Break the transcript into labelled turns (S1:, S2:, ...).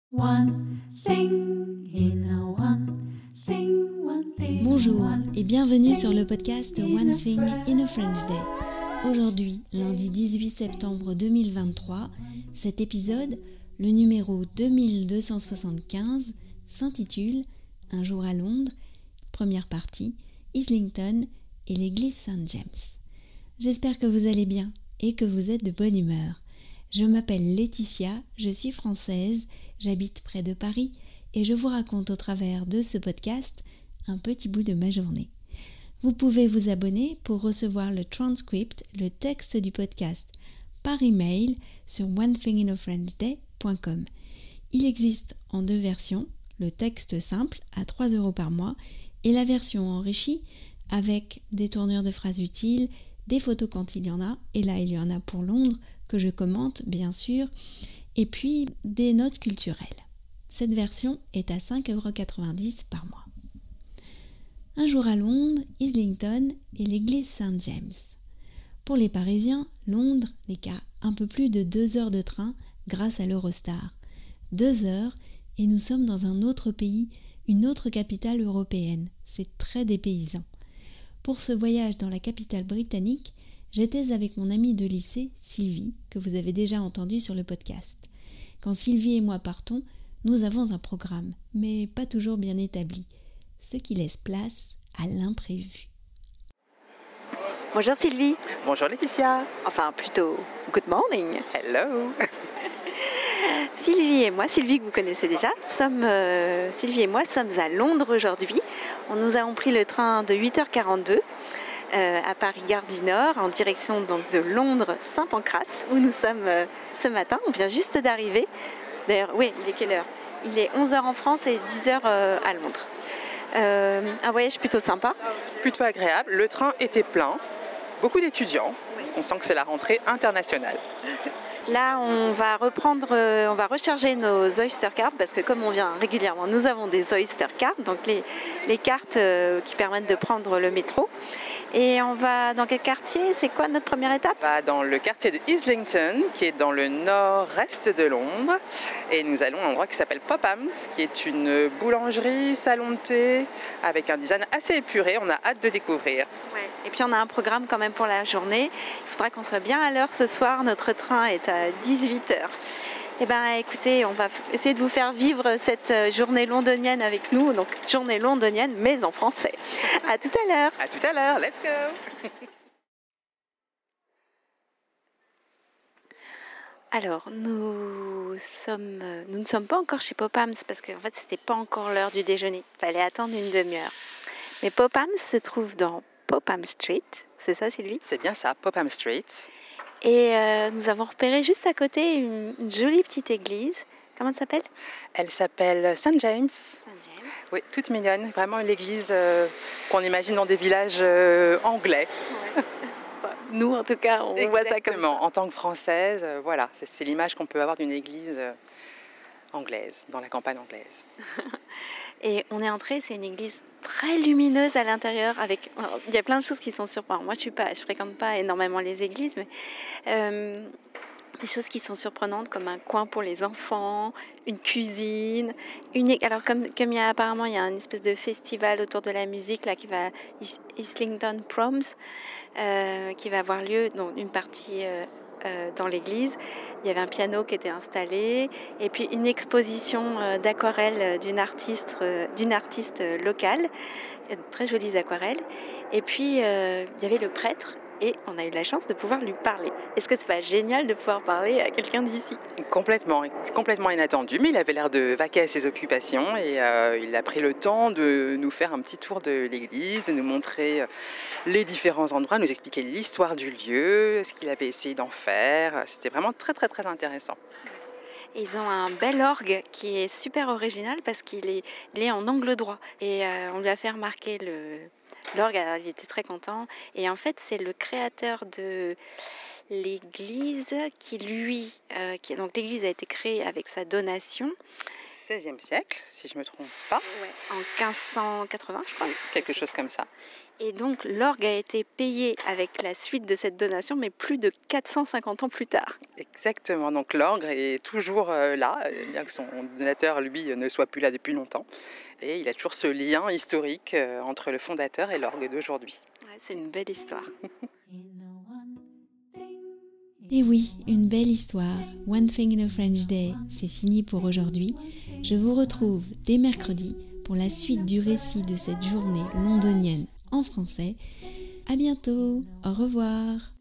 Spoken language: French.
S1: Bonjour et bienvenue sur le podcast One Thing in a French Day. Aujourd'hui, lundi 18 septembre 2023, cet épisode, le numéro 2275, s'intitule Un jour à Londres, première partie, Islington et l'église Saint-James. J'espère que vous allez bien et que vous êtes de bonne humeur. Je m'appelle Laetitia, je suis française, j'habite près de Paris et je vous raconte au travers de ce podcast un petit bout de ma journée. Vous pouvez vous abonner pour recevoir le transcript, le texte du podcast, par email sur onethinginafrenchday.com. Il existe en deux versions, le texte simple à 3 € par mois et la version enrichie avec des tournures de phrases utiles, des photos quand il y en a, et là il y en a pour Londres, que je commente bien sûr, et puis des notes culturelles. Cette version est à 5,90 € par mois. Un jour à Londres, Islington et l'église Saint-James. Pour les Parisiens, Londres n'est qu'à un peu plus de 2 heures de train grâce à l'Eurostar. 2 heures et nous sommes dans un autre pays, une autre capitale européenne. C'est très dépaysant. Pour ce voyage dans la capitale britannique, j'étais avec mon amie de lycée, Sylvie, que vous avez déjà entendu sur le podcast. Quand Sylvie et moi partons, nous avons un programme, mais pas toujours bien établi, ce qui laisse place à l'imprévu.
S2: Bonjour Sylvie.
S3: Bonjour Laetitia.
S2: Enfin plutôt, good morning.
S3: Hello.
S2: Sylvie que vous connaissez déjà, Sylvie et moi sommes à Londres aujourd'hui. Nous avons pris le train de 8h42 à Paris Gare du Nord en direction donc de Londres Saint-Pancras où nous sommes ce matin. On vient juste d'arriver. D'ailleurs, oui, il est quelle heure ? Il est 11h en France et 10h à Londres. Un voyage plutôt sympa.
S3: Plutôt agréable. Le train était plein. Beaucoup d'étudiants. Oui. On sent que c'est la rentrée internationale.
S2: Là, on va recharger nos Oyster cards parce que comme on vient régulièrement, nous avons des Oyster cards, donc les cartes qui permettent de prendre le métro. Et on va dans quel quartier ? C'est quoi notre première étape ?
S3: On va dans le quartier de Islington, qui est dans le nord-est de Londres. Et nous allons à un endroit qui s'appelle Popham's, qui est une boulangerie, salon de thé, avec un design assez épuré. On a hâte de découvrir.
S2: Ouais. Et puis on a un programme quand même pour la journée. Il faudra qu'on soit bien à l'heure ce soir. Notre train est à 18h. Eh bien, écoutez, on va essayer de vous faire vivre cette journée londonienne avec nous. Donc, journée londonienne, mais en français. À tout à l'heure.
S3: À tout à l'heure. Let's go.
S2: Alors, nous ne sommes pas encore chez Popham's parce qu'en fait, c'était pas encore l'heure du déjeuner. Il fallait attendre une demi-heure. Mais Popham's se trouve dans Popham Street. C'est ça, Sylvie ?
S3: C'est bien ça, Popham Street.
S2: Et nous avons repéré juste à côté une jolie petite église. Comment elle s'appelle ?
S3: Elle s'appelle Saint James.
S2: Saint-James.
S3: Oui, toute mignonne. Vraiment l'église qu'on imagine dans des villages anglais.
S2: Ouais. Nous, en tout cas, on voit ça comme ça.
S3: En tant que Française, voilà, c'est l'image qu'on peut avoir d'une église anglaise, dans la campagne anglaise.
S2: Et on est entré, c'est une église très lumineuse à l'intérieur. Il y a plein de choses qui sont surprenantes. Moi, je fréquente pas énormément les églises, mais des choses qui sont surprenantes comme un coin pour les enfants, une cuisine, alors comme apparemment il y a une espèce de festival autour de la musique là qui va Islington Proms qui va avoir lieu dans une partie dans l'église. Il y avait un piano qui était installé et puis une exposition d'aquarelles d'une artiste locale, très jolies aquarelles. Et puis il y avait le prêtre. Et on a eu la chance de pouvoir lui parler. Est-ce que c'est pas génial de pouvoir parler à quelqu'un d'ici ?
S3: Complètement inattendu, mais il avait l'air de vaquer à ses occupations et il a pris le temps de nous faire un petit tour de l'église, de nous montrer les différents endroits, nous expliquer l'histoire du lieu, ce qu'il avait essayé d'en faire. C'était vraiment très très très intéressant.
S2: Ils ont un bel orgue qui est super original parce qu'il est en angle droit. Et on lui a fait remarquer l'orgue, alors il était très content. Et en fait, c'est le créateur de l'église qui donc l'église a été créée avec sa donation.
S3: XVIe siècle, si je ne me trompe pas.
S2: Ouais, en 1580, je crois.
S3: Oui, quelque chose comme ça.
S2: Et donc l'orgue a été payé avec la suite de cette donation, mais plus de 450 ans plus tard.
S3: Exactement, donc l'orgue est toujours là, bien que son donateur, lui, ne soit plus là depuis longtemps. Et il a toujours ce lien historique entre le fondateur et l'orgue d'aujourd'hui.
S2: Ouais, c'est une belle histoire.
S1: Et oui, une belle histoire. One Thing in a French Day, c'est fini pour aujourd'hui. Je vous retrouve dès mercredi pour la suite du récit de cette journée londonienne en français. À bientôt, au revoir.